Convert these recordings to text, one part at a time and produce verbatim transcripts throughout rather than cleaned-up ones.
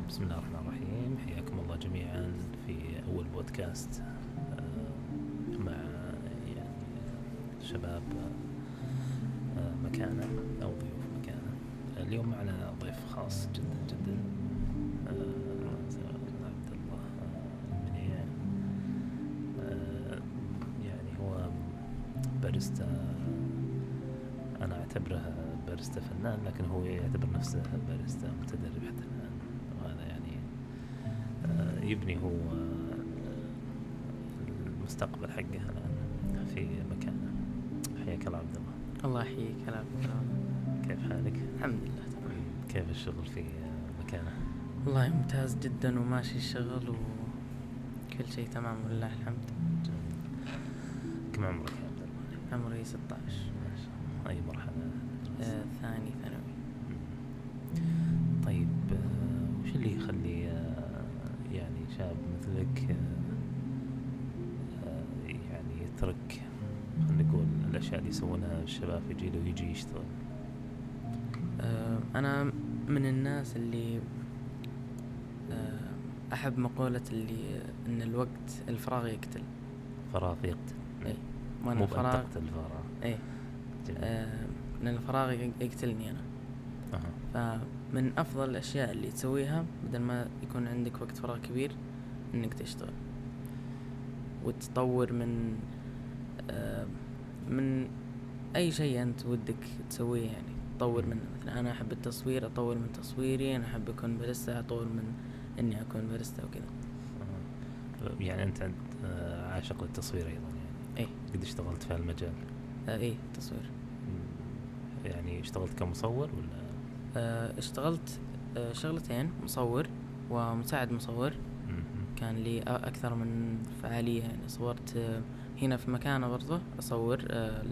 بسم الله الرحمن الرحيم. حياكم الله جميعا في أول بودكاست مع يعني شباب مكانة أو ضيوف مكانة. اليوم معنا ضيف خاص جدا جدا، عبد الله المنيع. يعني هو باريستا، أنا أعتبره باريستا فنان، لكن هو يعتبر نفسه باريستا متدرب حتى الآن، وهذا يعني يبني هو المستقبل حقه الآن في مكانه. حياك الله عبد الله. الله يحييك. هلا كيف حالك؟ الحمد لله تمام. كيف الشغل في مكانه؟ والله ممتاز جدا وماشي الشغل وكل شيء تمام ولله الحمد. كم عمرك يا عبد الله؟ عمري ستة عشر. أي مرحلة؟ آه ثاني ثانوي. طيب آه وش اللي يخلي آه يعني شاب مثلك آه يعني يترك، خلينا نقول الأشياء اللي يسوونها الشباب في جيله ويجي يشتغل؟ آه أنا من الناس اللي آه أحب مقولة اللي إن الوقت الفراغ يقتل. فراغ يقتل. إيه. مو الفراغ تقتل الفراغ. إيه. آه إن الفراغ يقتلني أنا. أه. فمن أفضل الأشياء اللي تسويها بدل ما يكون عندك وقت فراغ كبير إنك تشتغل وتطور من آه من أي شيء أنت ودك تسويه، يعني تطور منه. مثلا أنا أحب التصوير، أطور من تصويري. أنا أحب أكون باريستا، أطور من إني أكون باريستا وكذا. أه. يعني أنت عاشق للتصوير أيضا يعني؟ إيه. قد اشتغلت في هالمجال؟ آه إيه تصوير. يعني اشتغلت كمصور ولا؟ آه اشتغلت آه شغلتين، مصور ومساعد مصور. م-م. كان لي أكثر من فعالية، يعني صورت آه هنا في مكانه برضه أصور آه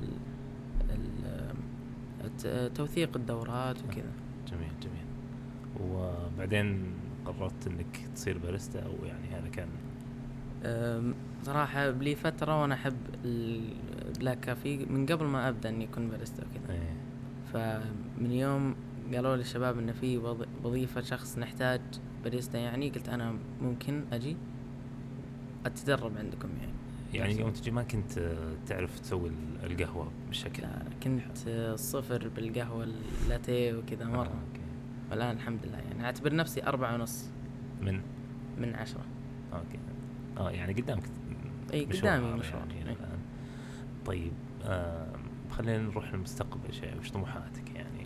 توثيق الدورات وكذا. جميل جميل. وبعدين قررت انك تصير باريستا، او يعني هذا كان صراحة لي فترة وانا احب البلاك كافي من قبل ما ابدا اني اكون باريستا وكذا. ايه. فمن يوم قالوا لي الشباب انه في وظيفة شخص نحتاج باريستا، يعني قلت انا ممكن اجي اتدرب عندكم. يعني يعني يوم تجي ما كنت تعرف تسوي القهوة بالشكل؟ لا، كنت صفر بالقهوة اللاتيه وكذا مرة. آه، والآن الحمد لله يعني أعتبر نفسي أربعة ونص من من عشرة. أوكي. آه يعني قدامك. أي قدامي مشوار يعني يعني الآن. طيب آه خلينا نروح للمستقبل شيء. وش طموحاتك يعني؟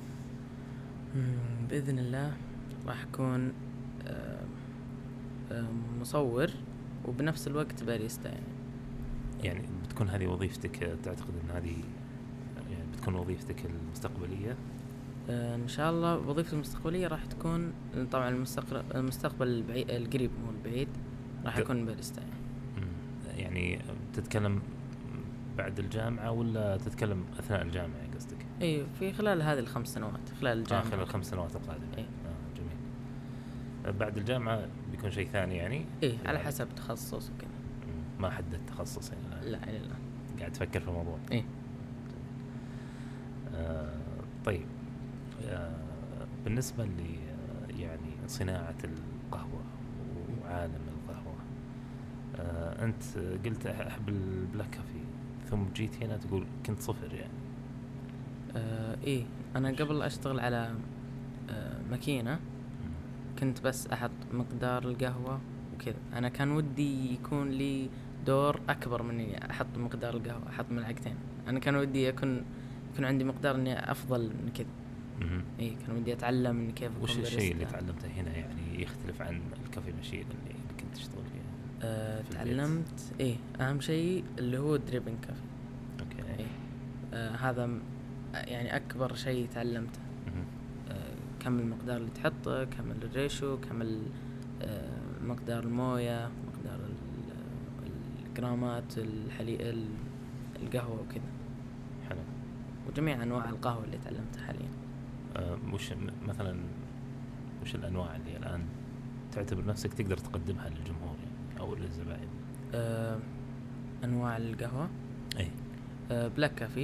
بإذن الله راح أكون آه آه مصور وبنفس الوقت باريستا. يعني يعني بتكون هذه وظيفتك؟ تعتقد أن هذه يعني بتكون وظيفتك المستقبلية؟ آه إن شاء الله وظيفتي المستقبلية راح تكون طبعا المستقبل المستقبل البعيد القريب مو البعيد راح أكون باريستا. يعني. يعني تتكلم بعد الجامعة ولا تتكلم أثناء الجامعة قصدك؟ إيه، في خلال هذه الخمس سنوات خلال الجامعة. آه خلال الخمس سنوات القادمة. إيه. آه جميل. بعد الجامعة بيكون شيء ثاني يعني؟ إيه على حسب تخصص وكذا. ما حددت تخصص يعني الآن؟ لا لا لا. قاعد تفكر في الموضوع؟ إيه. آه طيب آه بالنسبة لي يعني صناعة القهوة وعالم القهوة، آه أنت قلت أحب البلاك كافي، ثم جيت هنا تقول كنت صفر يعني. آه إيه أنا قبل أشتغل على آه ماكينة كنت بس أحط مقدار القهوة وكذا. أنا كان ودي يكون لي دور أكبر من إني أحط مقدار القهوة، أحط ملعقتين. أنا كان ودي يكون يكون عندي مقدار إني أفضل من كذا. إيه كان ودي أتعلم إن كيف. وش الشيء اللي تعلمته هنا يعني يختلف عن الكافي ماشين اللي كنت تشتغل فيها؟ آه تعلمت إيه أهم شيء اللي هو دريبنج كافي. أوكي. إيه آه هذا يعني أكبر شيء تعلمته. آه كم المقدار اللي تحطه، كم الريشو، كم آه مقدار الموية، مقدار الجرامات الحليب القهوة وكذا. حلو. وجميع أنواع القهوة اللي تعلمتها حاليا. آه وش مثلا وش الأنواع اللي الآن تعتبر نفسك تقدر تقدمها للجمهور يعني أو للزبائن؟ آه أنواع القهوة أي آه بلاك كافي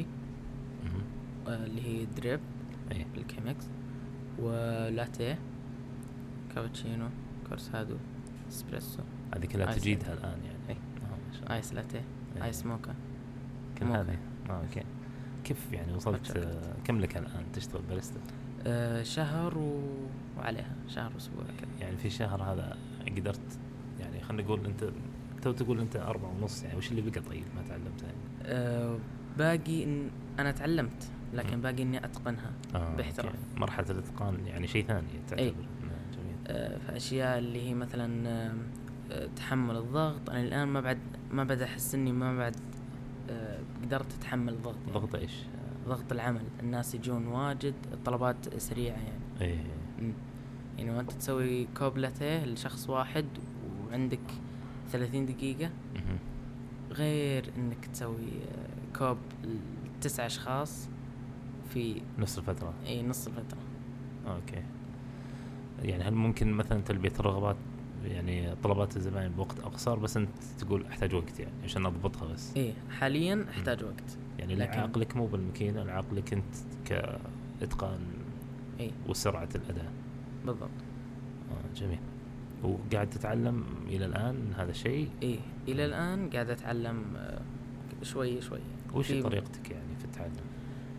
آه اللي هي دريب أي الكيمكس، ولاتيه كابتشينو، كورسادو، اسبريسو. هذه كلها آيس تجيدها لاتيه. الآن يعني. إيه. آه ما شاء الله. ايس لاتيه، إيه. ايس موكا. كل موكا. هذه. آه أوكي. كيف يعني وصلت هوت آه كم لك الآن تشتغل باريستا؟ آه شهر و... وعليها شهر واسبوع كذا. يعني في شهر هذا قدرت يعني خلينا نقول أنت تو تقول أنت أربعة ونص يعني وش اللي بقى طيب ما تعلمتها يعني؟ آه باقي إن أنا تعلمت لكن م. باقي إني أتقنها آه باحتراف. أوكي. مرحلة الإتقان يعني شيء ثاني تعتبر. أي. آه جميل. آه فأشياء اللي هي مثلا آه تحمل الضغط. أنا الآن ما بعد ما بعد أحس إني ما بعد آه قدرت أتحمل الضغط. يعني ضغط إيش؟ ضغط العمل، الناس يجون واجد، الطلبات سريعة يعني. إيه. م. يعني وأنت تسوي كوب لاتيه لشخص واحد وعندك ثلاثين دقيقة، مهم. غير إنك تسوي آه، كوب لتسع أشخاص في نص الفترة. أي نص الفترة. أوكي. يعني هل ممكن مثلا تلبية الرغبات يعني طلبات الزبائن بوقت أقصر بس أنت تقول أحتاج وقت يعني عشان أضبطها بس؟ إيه حاليا أحتاج وقت. يعني لكن- عقلك مو بالماكينة، عقلك أنت كإتقان إيه وسرعة الأداء. بالضبط. آه جميل. وقاعد تتعلم إلى الآن هذا الشيء؟ إيه إلى الآن قاعد أتعلم آه، شوي شوي. وش في- طريقتك يعني في التعلم؟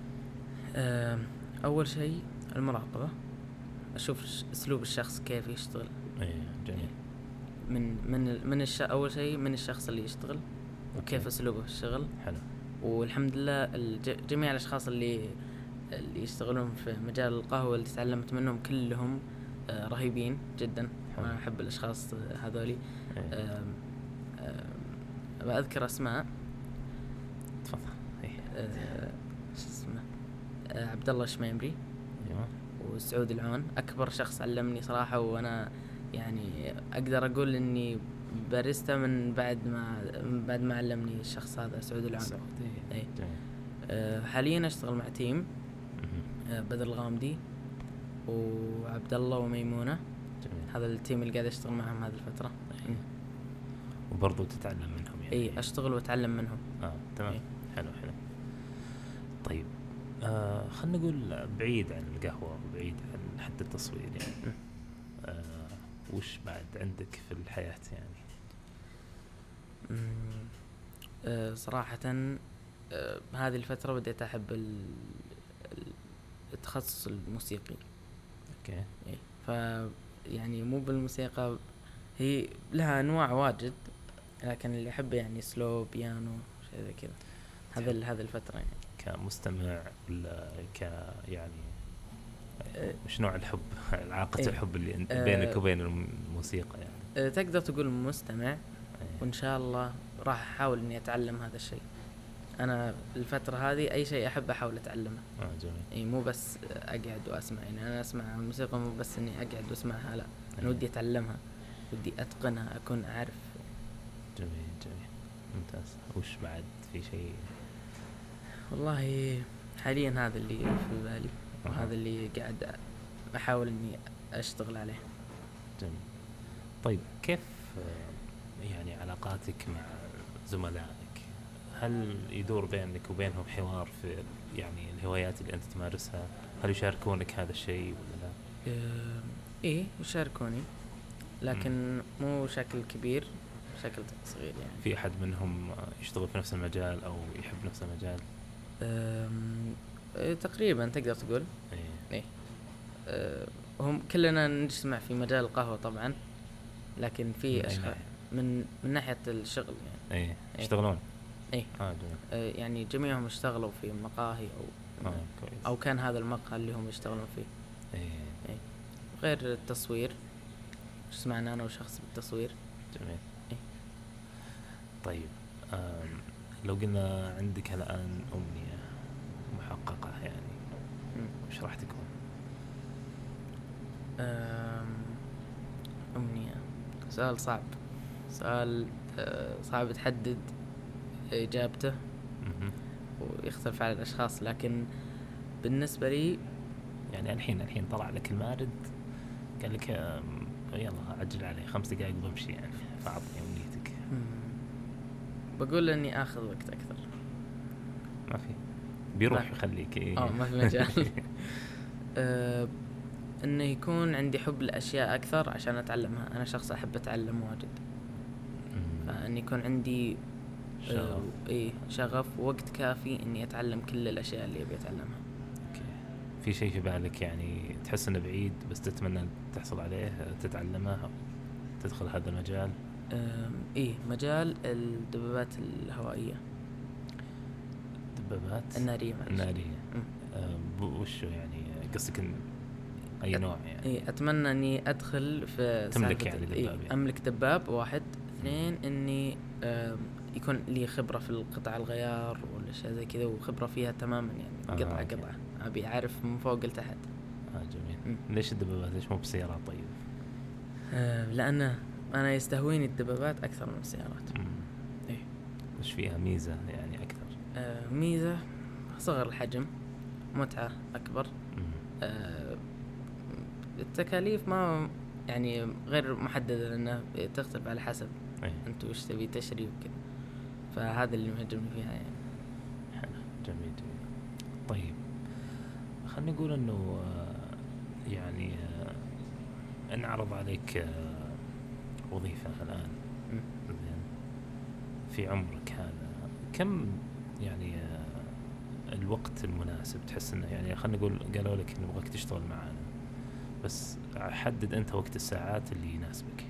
آه، أول شيء المراقبة، أشوف ش- أسلوب الشخص كيف يشتغل. إيه جميل. من من ال- من الش أول شيء من الشخص اللي يشتغل وكيف أوكي. أسلوبه في الشغل. حلو. والحمد لله الج- جميع الأشخاص اللي اللي يشتغلون في مجال القهوة اللي تعلمت منهم كلهم آه، رهيبين جدا. حلو. أنا أحب الأشخاص آه، هذولي. إيه. آم، آم، بأذكر أسماء. تفضل. إيه. آه، شو اسمه آه، عبد الله الشميمري أيوة. وسعود العون، أكبر شخص علمني صراحة. وأنا يعني أقدر أقول إني باريستا من بعد ما من بعد ما علمني الشخص هذا سعود العون. سعودي. إيه. جميل. آه، حاليا أشتغل مع تيم مهم. آه، بدر الغامدي وعبد الله وميمونة. جميل. هذا التيم اللي قاعد أشتغل معهم هذه الفترة. إيه. وبرضو تتعلم منهم يعني. إيه أشتغل وأتعلم منهم. آه تمام. إيه. حلو حلو. طيب آه خلنا نقول بعيد عن القهوة وبعيد عن حتى التصوير يعني آه وش بعد عندك في الحياة يعني؟ مم، آه، صراحة آه، هذه الفترة بديت أحب ال- ال- التخصص الموسيقي. اوكي. إيه. ف يعني مو بالموسيقى، هي لها أنواع واجد، لكن اللي أحبه يعني سلو بيانو شيء زي كذا. هذا ال- هذه الفترة يعني. كمستمع ولا ك يعني أه وش نوع الحب علاقة إيه. الحب اللي انت أه بينك وبين الموسيقى يعني؟ آه، تقدر تقول مستمع. إيه. وإن شاء الله راح أحاول إني أتعلم هذا الشيء. أنا الفترة هذه أي شيء أحب أحاول أتعلمه. اه جميل. اي مو بس اقعد واسمع. يعني انا اسمع الموسيقى مو بس اني اقعد واسمعها، لا انا إيه. ودي اتعلمها، ودي اتقنها، اكون اعرف. جميل جميل ممتاز. وش بعد في شيء؟ والله حاليا هذا اللي في بالي أها. وهذا اللي قاعد احاول اني اشتغل عليه. جميل. طيب كيف آه، يعني علاقاتك مع زملائك؟ هل يدور بينك وبينهم حوار في يعني الهوايات اللي أنت تمارسها؟ هل يشاركونك هذا الشيء ولا لا؟ آه، ايه يشاركوني لكن مو شكل كبير، شكل صغير يعني. في أحد منهم يشتغل في نفس المجال أو يحب نفس المجال؟ آم، آه، تقريبا تقدر تقول. إيه. آه، هم كلنا نجتمع في مجال القهوة طبعا، لكن من في أي أشخاص ناحية؟ من من ناحية الشغل يعني. إيه. إيه. يشتغلون؟ إيه. آه جميل. آه، يعني جميعهم اشتغلوا في مقاهي أو آه كويس. أو كان هذا المقهى اللي هم يشتغلون فيه. إيه. إيه. غير التصوير، وش سمعنا أنا وشخص بالتصوير. جميل. إيه. طيب آم، لو قلنا عندك الآن أمنية محققة يعني مم. وش راح تكون؟ آم، أمنية سؤال صعب، سؤال آه، صعب تحدد إجابته مهم. ويختلف على الأشخاص. لكن بالنسبة لي يعني الحين الحين طلع لك المارد قال لك آم، يلا عجل عليه خمس دقائق وبمشي يعني فأعطني أمنيتك. مم، بقول إني آخذ وقت أكثر. ما في بيروح لا. يخليك إيه؟ آه ما في مجال. أه انه يكون عندي حب الاشياء اكثر عشان اتعلمها. انا شخص احب اتعلم واجد، فان يكون عندي شغف. آه ايه شغف ووقت كافي اني اتعلم كل الاشياء اللي ابي اتعلمها. اوكي. في شيء في بالك يعني تحس انه بعيد بس تتمنى تحصل عليه تتعلمه أو تدخل هذا المجال؟ آه ايه مجال الدبابات الهوائيه، دبابات الناريه. الناريه. آه وشو يعني قصدك اي أت... نوع يعني؟ ايه اتمنى اني ادخل في تملك يعني دباب. إيه يعني. املك دباب واحد. اثنين اني آه يكون لي خبره في القطع الغيار والاشياء زي كذا، وخبره فيها تماما يعني. آه قطعه أوكي. قطعه ابي اعرف من فوق لتحت. اه جميل. م. ليش الدبابات؟ ليش مو بسيارات؟ طيب آه لان انا يستهويني الدبابات اكثر من السيارات. م. ايه وش فيها ميزه يعني اكثر؟ آه ميزه صغر الحجم، متعه اكبر. م. آه التكاليف ما يعني غير محدده، لانها تختلف على حسب أيه. انت وش تبي تشري وكذا. فهذا اللي مهجمني فيها يعني. حلو. جميل جميل. طيب خلينا نقول انه يعني انعرض عليك وظيفة الان زين في عمرك هذا، كم يعني الوقت المناسب تحس انه يعني خلينا نقول قالوا لك انه نبغاك تشتغل معنا، بس حدد انت وقت الساعات اللي يناسبك.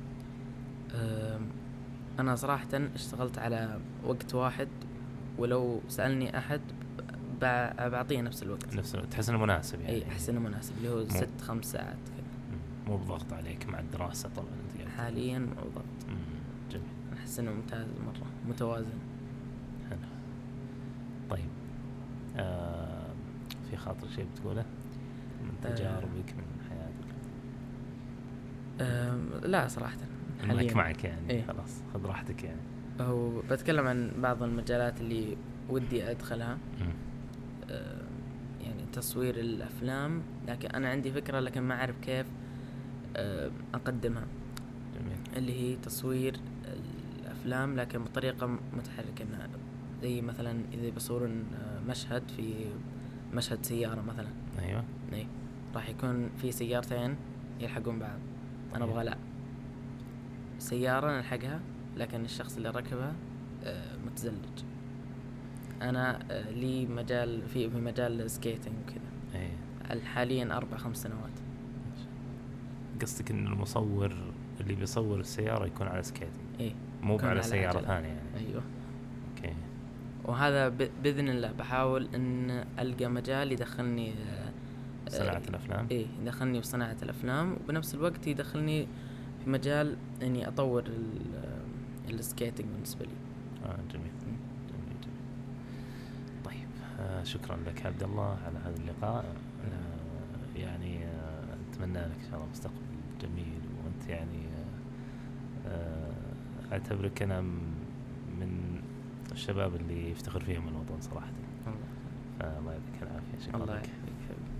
أنا صراحة اشتغلت على وقت واحد، ولو سألني أحد بعطيه نفس الوقت. نفس الوقت تحس إنه مناسب يعني؟ أي أحس إنه مناسب، اللي هو ست خمس ساعات كذا. مو بضغط عليك مع الدراسة طبعا أنت حاليا مو ضغط. جميل. أحس إنه ممتاز مرة، متوازن. حلو. طيب آه في خاطر شيء بتقوله من تجاربك من حياتك؟ آه لا صراحة حاليا معك يعني. إيه؟ خلاص خذ راحتك يعني. هو بتكلم عن بعض المجالات اللي ودي أدخلها. آه يعني تصوير الأفلام، لكن أنا عندي فكرة لكن ما أعرف كيف آه أقدمها. جميل. اللي هي تصوير الأفلام لكن بطريقة متحركة، زي مثلا إذا بصورون مشهد في مشهد سيارة مثلا. أيوة. أي راح يكون في سيارتين يلحقون بعض. أنا أبغى لا سيارة نلحقها لكن الشخص اللي ركبها متزلج. أنا لي مجال في في مجال السكيتنج وكذا. أي. حاليا أربع خمس سنوات. قصدك إن المصور اللي بيصور السيارة يكون على سكيتنج؟ إيه. مو على سيارة ثانية يعني. أيوة. أوكي. وهذا بإذن الله بحاول أن ألقى مجال يدخلني صناعة الأفلام. إيه يدخلني بصناعة الأفلام، وبنفس الوقت يدخلني في مجال إني أطور السكيتنج بالنسبة لي. آه جميل. جميل جميل. طيب آه شكرا لك عبد الله على هذا اللقاء. آه يعني آه أتمنى لك إن شاء الله مستقبل جميل، وأنت يعني آه أعتبرك أنا من الشباب اللي يفتخر فيهم الوطن صراحة. الله فالله يعطيك العافية. شكرا الله لك. يحفظك.